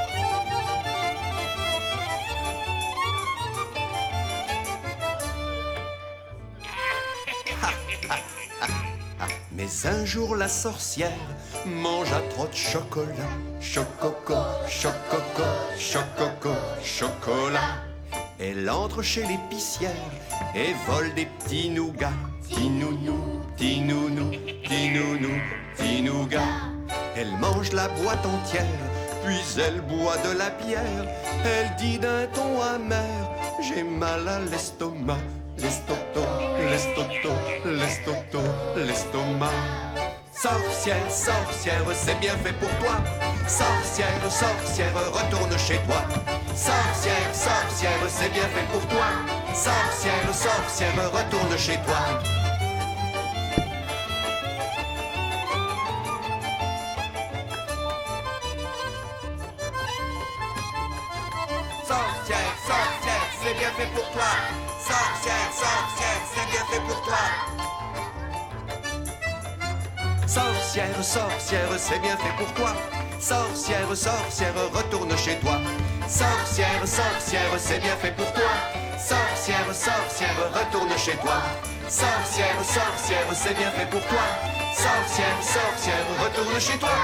Mais un jour la sorcière mangea trop de chocolat. Chococo, chococo, chococo, chocolat. Elle entre chez l'épicière et vole des petits nougats. Petits nounous, petits nounous, petits nounous, petits nougats. Elle mange la boîte entière, puis elle boit de la bière. Elle dit d'un ton amer: j'ai mal à l'estomac. L'estoto, l'estoto, l'estoto, l'estomac. Sorcière, sorcière, c'est bien fait pour toi. Sorcière, sorcière, retourne chez toi. Sorcière, sorcière, c'est bien fait pour toi. Sorcière, sorcière, retourne chez toi. Sorcière, sorcière, c'est bien fait pour toi. Sorcière, sorcière, c'est bien fait pour toi. Sorcière, sorcière, c'est bien fait pour toi. Sorcière, sorcière, retourne chez toi. Sorcière, sorcière, c'est bien fait pour toi. Sorcière, sorcière, retourne chez toi. Sorcière, sorcière, c'est bien fait pour toi. Sorcière, sorcière, retourne chez toi.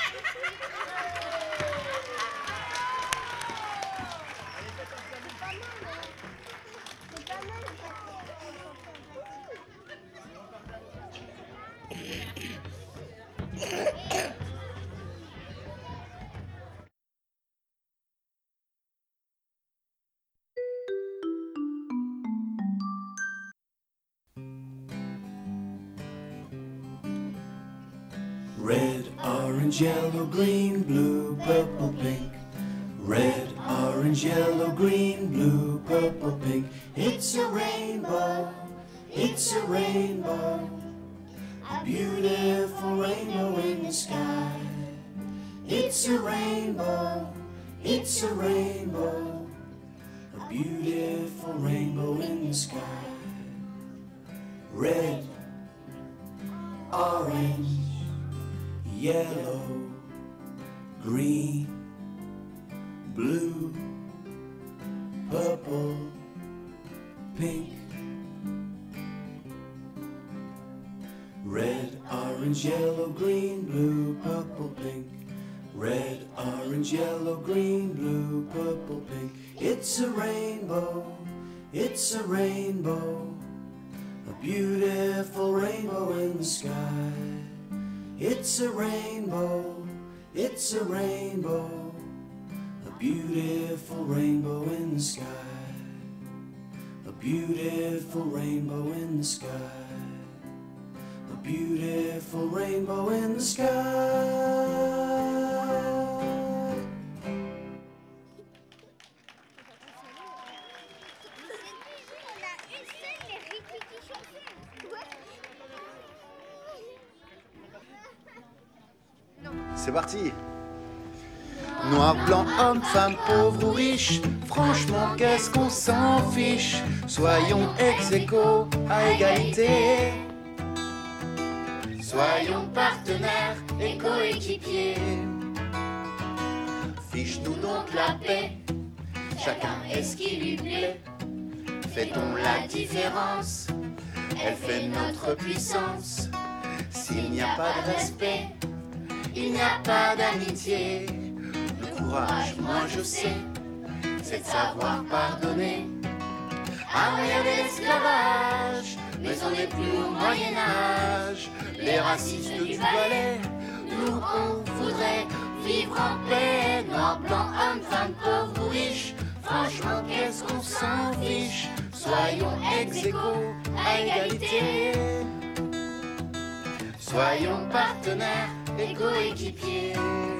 Red, orange, yellow, green, blue, purple, pink. Red, orange, yellow, green, blue, purple, pink. It's a rainbow, it's a rainbow. A beautiful rainbow in the sky. It's a rainbow, it's a rainbow. A beautiful rainbow in the sky. Red, orange, yellow, green, blue, purple, pink. Red, orange, yellow, green, blue, purple, pink. Red, orange, yellow, green, blue, purple, pink. It's a rainbow, it's a rainbow. A beautiful rainbow in the sky. It's a rainbow, it's a rainbow. A beautiful rainbow in the sky. A beautiful rainbow in the sky. A beautiful rainbow in the sky. C'est parti. Noir, blanc, homme, femme, pauvre ou riche, franchement qu'est-ce qu'on s'en fiche. Soyons ex aequo à égalité. Soyons partenaires et coéquipiers. Fiche-nous donc la paix, chacun est ce qui lui plaît. Fait-on la différence, elle fait notre puissance. S'il n'y a pas de respect, il n'y a pas d'amitié. Le courage, moi je sais, c'est de savoir pardonner. Avant il y avait l'esclavage, mais on n'est plus au Moyen-Âge. Les racistes du Valais, nous on voudrait vivre en paix. Noir, blanc, homme, femme, pauvre ou riche, franchement qu'est-ce qu'on s'en fiche. Soyons ex-égaux à égalité. Soyons partenaires, égaux équipiers.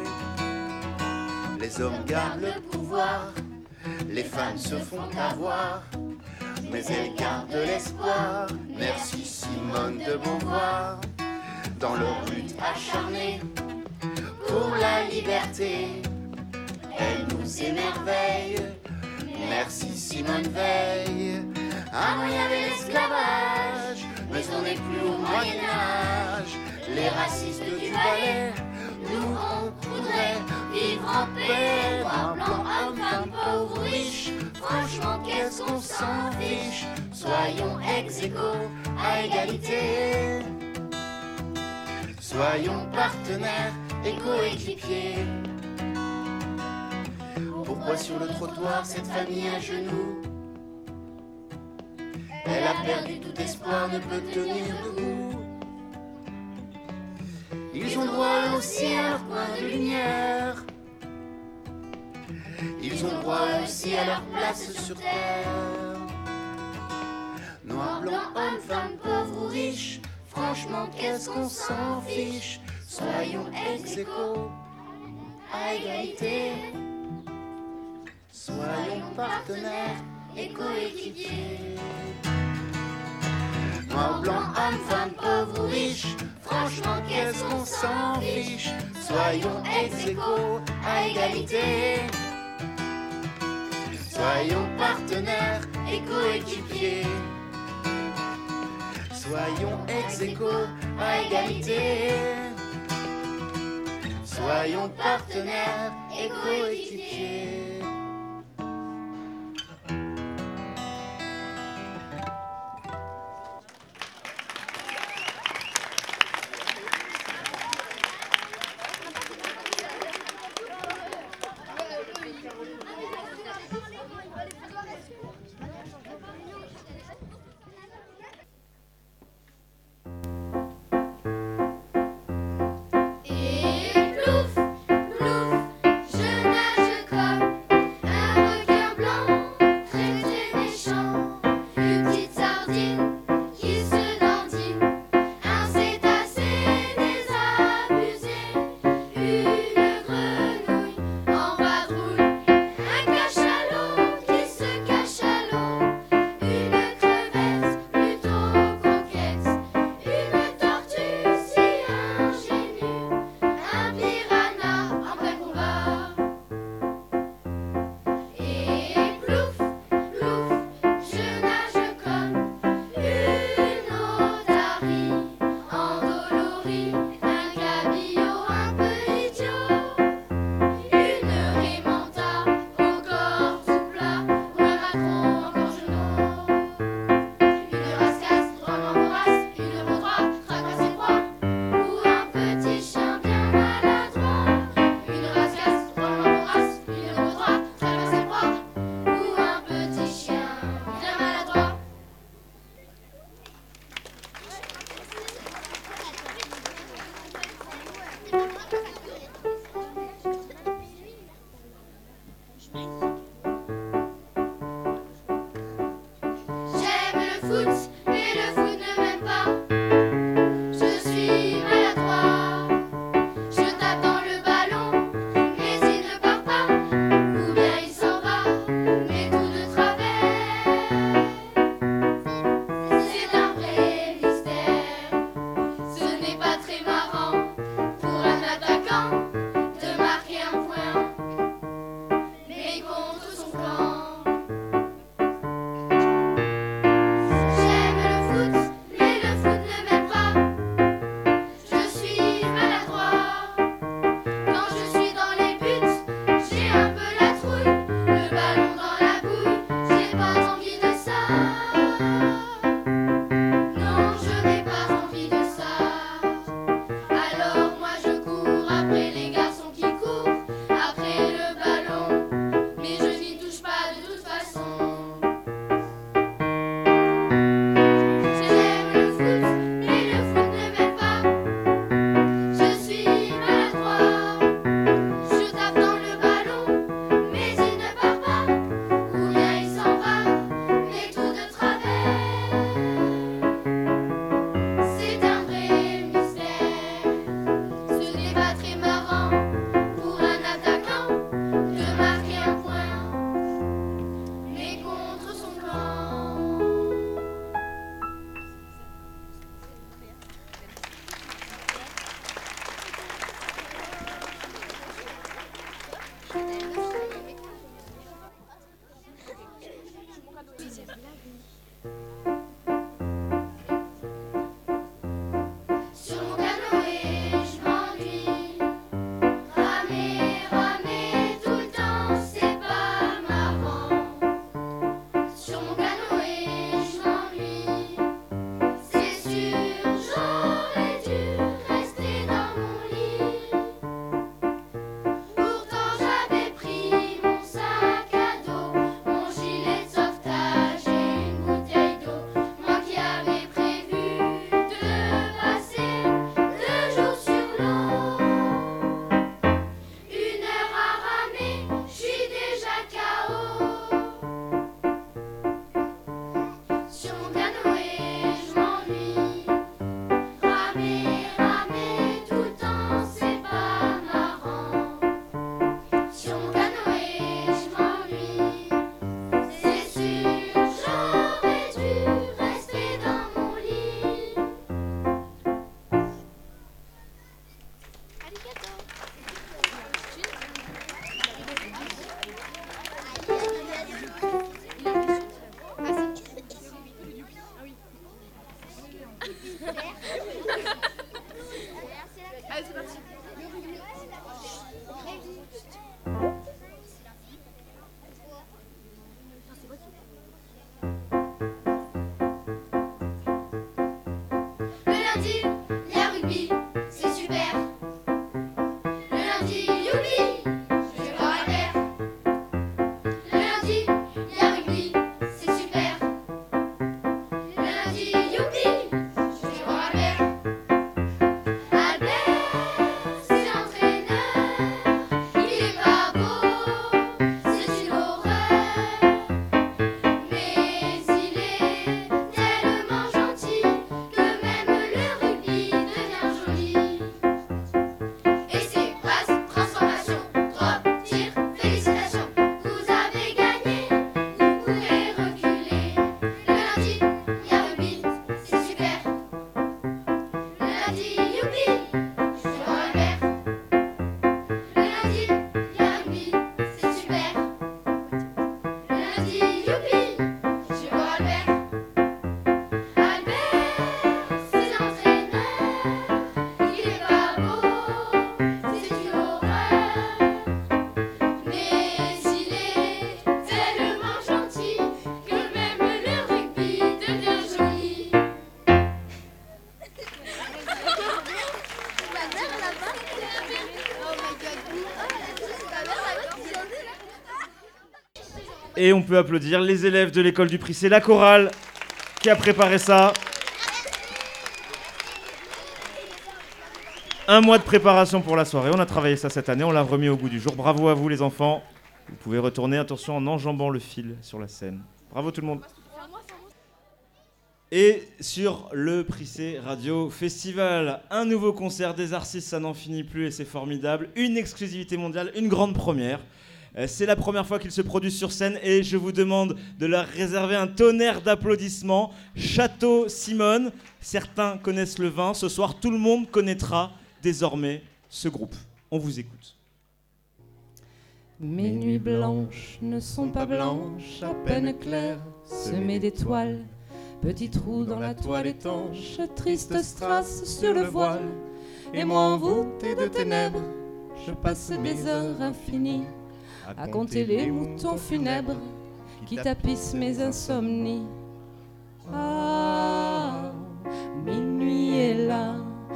Les hommes gardent le pouvoir, les femmes se font avoir, mais elles gardent l'espoir. Merci Simone de Beauvoir. Dans leur lutte acharnée pour la liberté, elle nous émerveille. Merci Simone Veil. Avant il y avait l'esclavage, mais on n'est plus au Moyen-Âge. Les racistes du Valais, nous on voudrait vivre en paix. Noir, blanc, homme, femme, pauvre ou riche, franchement qu'est-ce qu'on s'en fiche. Soyons ex-égaux à égalité. Soyons partenaires et coéquipiers. Pourquoi sur le trottoir cette famille à genoux? Elle a perdu tout espoir, ne peut tenir debout. Ils ont droit eux aussi à leur coin de lumière. Ils ont droit eux aussi à leur place sur terre. Noir, blanc, homme, femme, pauvre ou riche, franchement qu'est-ce qu'on s'en fiche. Soyons ex-égaux à égalité. Soyons partenaires et coéquipiers. Noir, blanc, homme, femme, pauvre ou riche, franchement qu'est-ce qu'on s'en fiche. Soyons ex-égaux à égalité. Soyons partenaires et coéquipiers. Soyons ex-égaux à égalité. Soyons partenaires et coéquipiers. Et plouf, plouf, je nage comme lundi, il y a rugby, c'est super. Le lundi, youpi, je vais voir Albert. Le lundi, il y a rugby, c'est super. Le lundi, youpi, je vais voir Albert. Albert, c'est l'entraîneur, il est pas beau, c'est une horreur. Mais il est tellement gentil que même le rugby devient joli. Et c'est passe, transformation, drop, tir, félicitations. Vous avez gagné, vous pouvez reculer. Le lundi, il y a rugby, c'est super. Le lundi, youpi, je vais voir Albert. Le lundi, il y a rugby, c'est super. Le lundi, youpi, je vais voir Albert. Albert, c'est l'entraîneur, il est pas beau, c'est une horreur. Mais il est tellement gentil que même le rugby devient joli. Et on peut applaudir les élèves de l'école du Prix. C'est la chorale qui a préparé ça. Un mois de préparation pour la soirée. On a travaillé ça cette année, on l'a remis au goût du jour. Bravo à vous les enfants. Vous pouvez retourner, attention, en enjambant le fil sur la scène. Bravo tout le monde. Et sur le Prissé Radio Festival, un nouveau concert des artistes, ça n'en finit plus et c'est formidable. Une exclusivité mondiale, une grande première. Euh, C'est la première fois qu'ils se produisent sur scène et je vous demande de leur réserver un tonnerre d'applaudissements. Château Simone, certains connaissent le vin. Ce soir, tout le monde connaîtra désormais ce groupe. On vous écoute. Mes nuits blanches ne sont pas blanches, à peine claires, semées d'étoiles. Petit trou dans la toile étanche, triste strass sur le voile. Et moi envoûté de ténèbres, je passe des heures infinies à compter les moutons funèbres qui tapissent mes insomnies. Ah, minuit est là,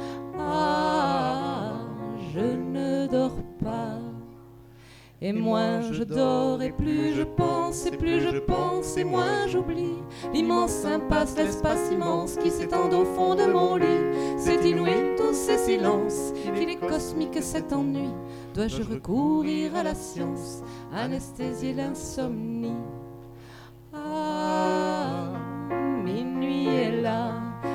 ah, je ne dors pas. Et moins je dors et plus je pense, et plus je pense et moins j'oublie l'immense impasse, l'espace immense qui s'étend au fond de mon lit. C'est inouï tous ces silences, qu'il est cosmique cet ennui. Dois-je recourir à la science, anesthésier l'insomnie? Ah, minuit est là,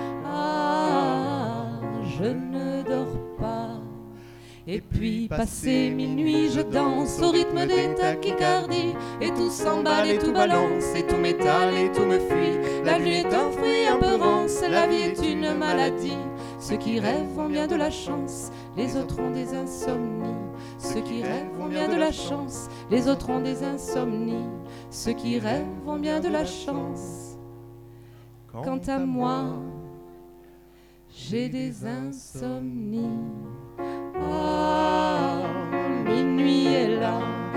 ah, je ne dors pas. Et puis, passé minuit, je danse au rythme des tachycardies. Et tout s'emballe et tout balance, et tout m'étale et tout me fuit. La nuit est un fruit un peu rance, la vie est une maladie. Ceux qui rêvent ont bien de la chance, les autres ont des insomnies. Ceux qui rêvent ont bien de la chance, les autres ont des insomnies. Ceux qui rêvent ont bien de la chance. Quant à moi, j'ai des insomnies. Ah, minuit est là,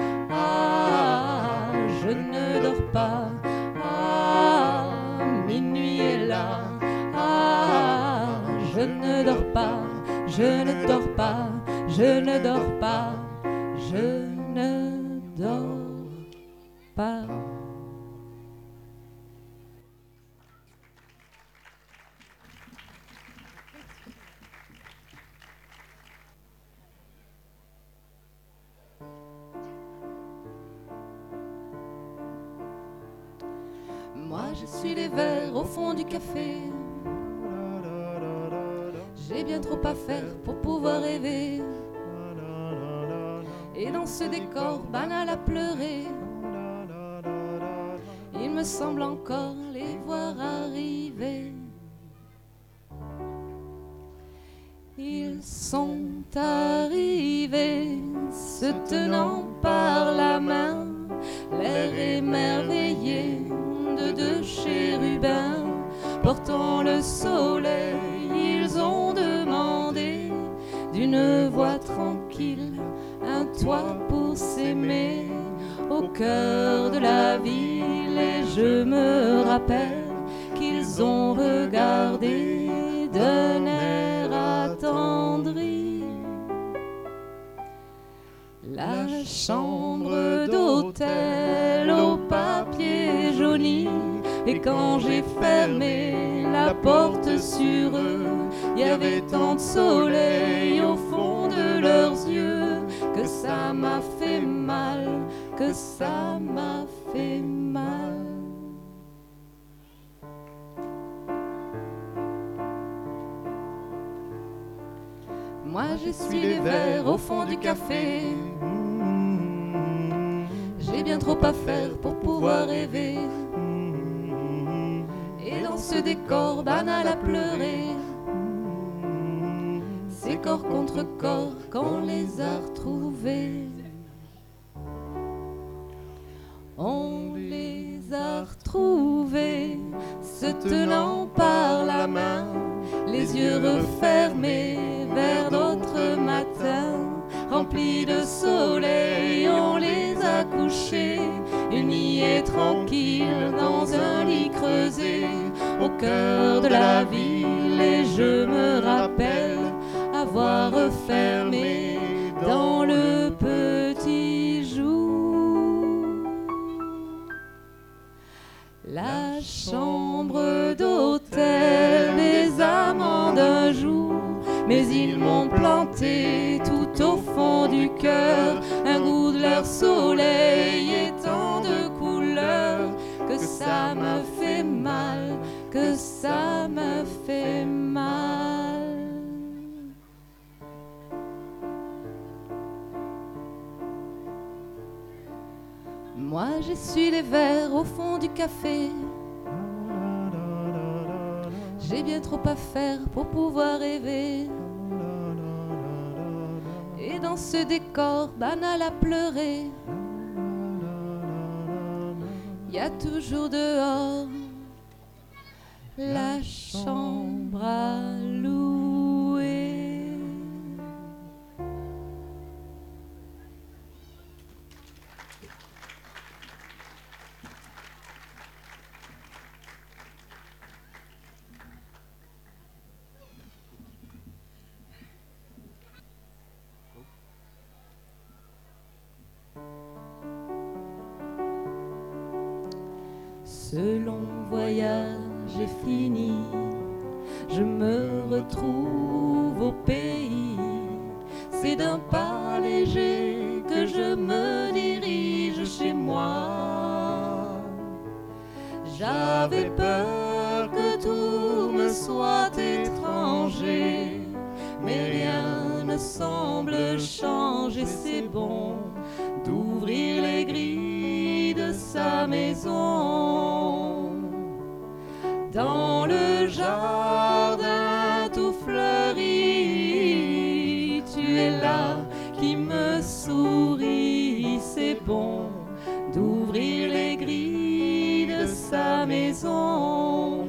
ah, je ne dors pas. Ah, minuit est là, ah, je ne dors pas, je ne dors pas, je ne dors pas, je ne dors pas. Moi je suis les vers au fond du café. J'ai bien trop à faire pour pouvoir rêver. Et dans ce décor banal à pleurer, il me semble encore les voir arriver. Ils sont arrivés, se tenant par la main, l'air émerveillé de deux chérubins portant le soleil. Ils ont demandé d'une voix tranquille un toit pour s'aimer au cœur de la ville. Et je me rappelle qu'ils ont regardé d'un air chambre d'hôtel au papier jauni. Et quand j'ai fermé la porte sur eux, il y avait tant de soleil au fond de leurs yeux que ça m'a fait mal, que ça m'a fait mal. Moi j'essuie les verres au fond du café. J'ai bien trop à faire pour pouvoir rêver. Et dans ce décor banal à pleurer, c'est corps contre corps qu'on les a retrouvés. On les a retrouvés, se tenant par la main, les yeux refermés vers d'autres matins. Remplis de soleil, on les a couchés, unis et tranquilles dans un lit creusé, au cœur de la ville. Et je me rappelle avoir fermé dans le petit jour la chambre d'hôtel des amants d'un jour. Mais ils m'ont planté tout au fond du cœur un goût de leur soleil et tant de couleurs que ça me fait mal, que ça me fait mal. Moi j'essuie les verres au fond du café. J'ai bien trop à faire pour pouvoir rêver. Et dans ce décor banal à pleurer, il y a toujours dehors la chambre à louer. Ce long voyage est fini, je me retrouve au pays. C'est d'un pas léger que je me dirige chez moi. J'avais peur que tout me soit étranger, mais rien ne semble changer. C'est bon d'ouvrir les grilles de sa maison. Dans le jardin tout fleuri, tu es là qui me souris. C'est bon d'ouvrir les grilles de sa maison.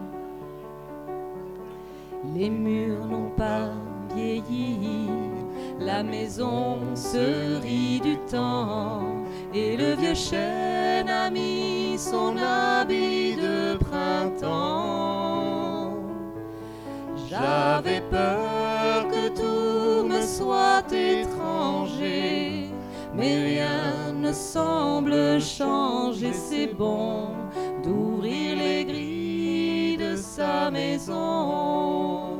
Les murs n'ont pas vieilli, la maison se rit du temps, et le vieux chêne a mis son habit de printemps. J'avais peur que tout me soit étranger, mais rien ne semble changer. C'est bon d'ouvrir les grilles de sa maison.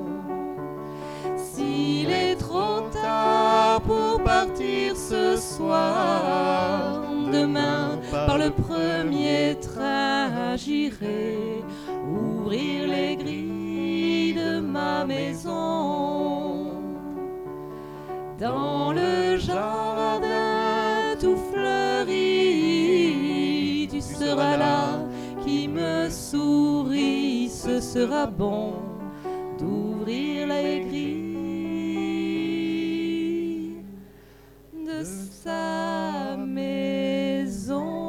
S'il est trop tard pour partir ce soir, demain par le premier train j'irai ouvrir les grilles de ma maison. Dans le jardin tout fleuri, tu seras là qui me sourit. Ce sera bon d'ouvrir les grilles de sa maison.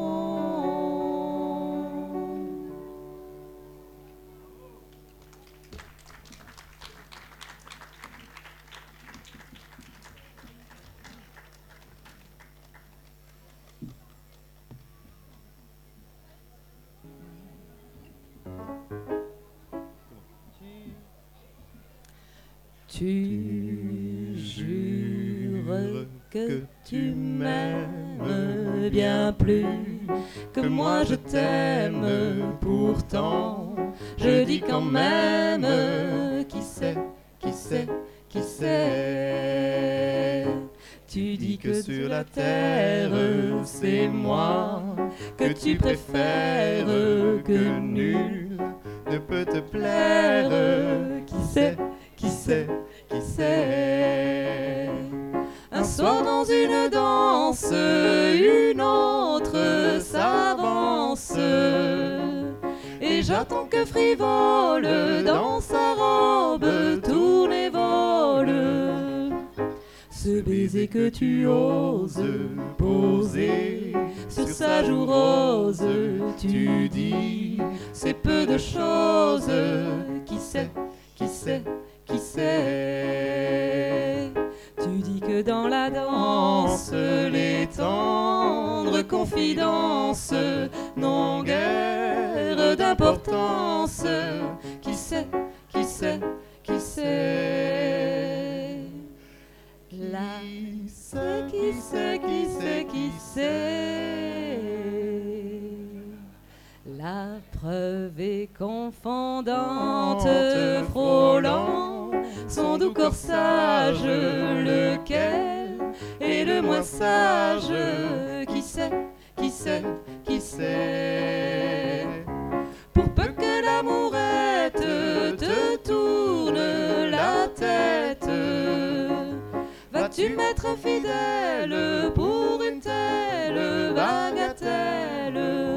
Tu jures que tu m'aimes bien plus que moi je t'aime. Pourtant, je dis quand même, qui sait, qui sait, qui sait. Tu dis que sur la terre, c'est moi que tu préfères, que nul ne peut te plaire. Qui sait, qui sait, qui sait. Un soir dans une danse, une autre s'avance, et j'attends que frivole dans sa robe tourne et vole. Ce baiser que tu oses poser sur sa joue rose, tu dis c'est peu de choses. Qui sait, qui sait, qui sait. Tu dis que dans la danse, les tendres confidences n'ont guère d'importance. Qui sait, qui sait, qui sait. Là, qui sait, qui sait, qui sait, qui sait. La preuve est confondante, frôlant son doux corsage, lequel est le moins sage. Qui sait, qui sait, qui sait. Pour peu que l'amourette te tourne la tête, vas-tu m'être infidèle pour une telle bagatelle?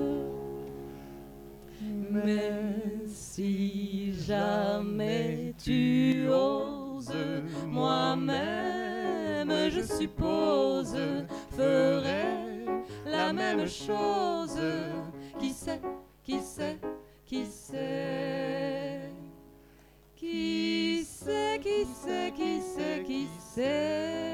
Mais si jamais tu oses, moi-même je suppose ferai la même chose. Qui sait, qui sait, qui sait. Qui sait, qui sait, qui sait, qui sait.